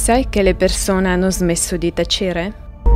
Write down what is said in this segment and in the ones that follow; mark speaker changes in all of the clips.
Speaker 1: Sai che le persone hanno smesso di tacere?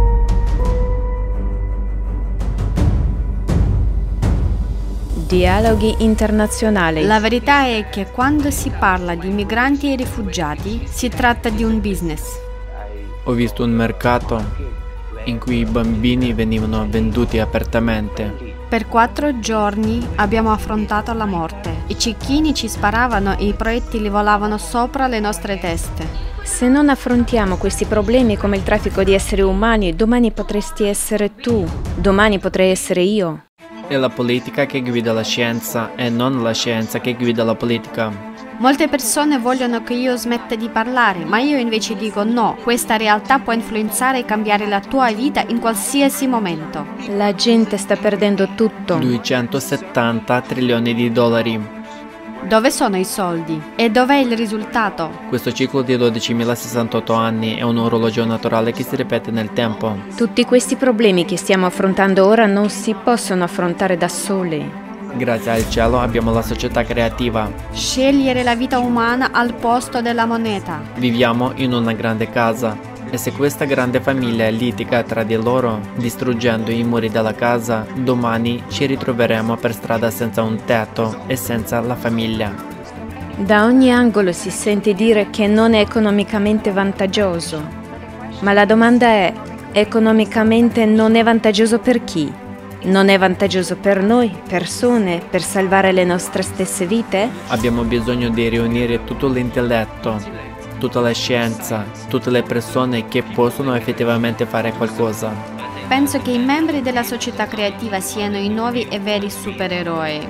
Speaker 1: Dialoghi internazionali.
Speaker 2: La verità è che quando si parla di migranti e rifugiati si tratta di un business.
Speaker 3: Ho visto un mercato in cui i bambini venivano venduti apertamente.
Speaker 2: Per 4 giorni abbiamo affrontato la morte. I cecchini ci sparavano e i proiettili volavano sopra le nostre teste.
Speaker 1: Se non affrontiamo questi problemi come il traffico di esseri umani, domani potresti essere tu, domani potrei essere io.
Speaker 3: È la politica che guida la scienza e non la scienza che guida la politica.
Speaker 2: Molte persone vogliono che io smetta di parlare, ma io invece dico no, questa realtà può influenzare e cambiare la tua vita in qualsiasi momento.
Speaker 1: La gente sta perdendo tutto.
Speaker 3: 270 trilioni di dollari.
Speaker 2: Dove sono i soldi? E dov'è il risultato?
Speaker 3: Questo ciclo di 12.068 anni è un orologio naturale che si ripete nel tempo.
Speaker 1: Tutti questi problemi che stiamo affrontando ora non si possono affrontare da soli.
Speaker 3: Grazie al cielo abbiamo la società creativa.
Speaker 2: Scegliere la vita umana al posto della moneta.
Speaker 3: Viviamo in una grande casa. E se questa grande famiglia litiga tra di loro, distruggendo i muri della casa, domani ci ritroveremo per strada senza un tetto e senza la famiglia.
Speaker 1: Da ogni angolo si sente dire che non è economicamente vantaggioso. Ma la domanda è: economicamente non è vantaggioso per chi? Non è vantaggioso per noi, persone, per salvare le nostre stesse vite?
Speaker 3: Abbiamo bisogno di riunire tutto l'intelletto, tutta la scienza, tutte le persone che possono effettivamente fare qualcosa.
Speaker 2: Penso che i membri della società creativa siano i nuovi e veri supereroi.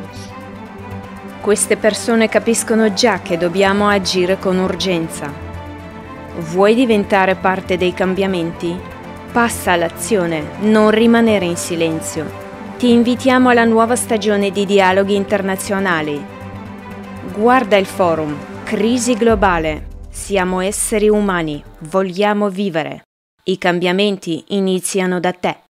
Speaker 1: Queste persone capiscono già che dobbiamo agire con urgenza. Vuoi diventare parte dei cambiamenti? Passa all'azione, non rimanere in silenzio. Ti invitiamo alla nuova stagione di Dialoghi internazionali. Guarda il forum, Crisi globale. Siamo esseri umani, vogliamo vivere. I cambiamenti iniziano da te.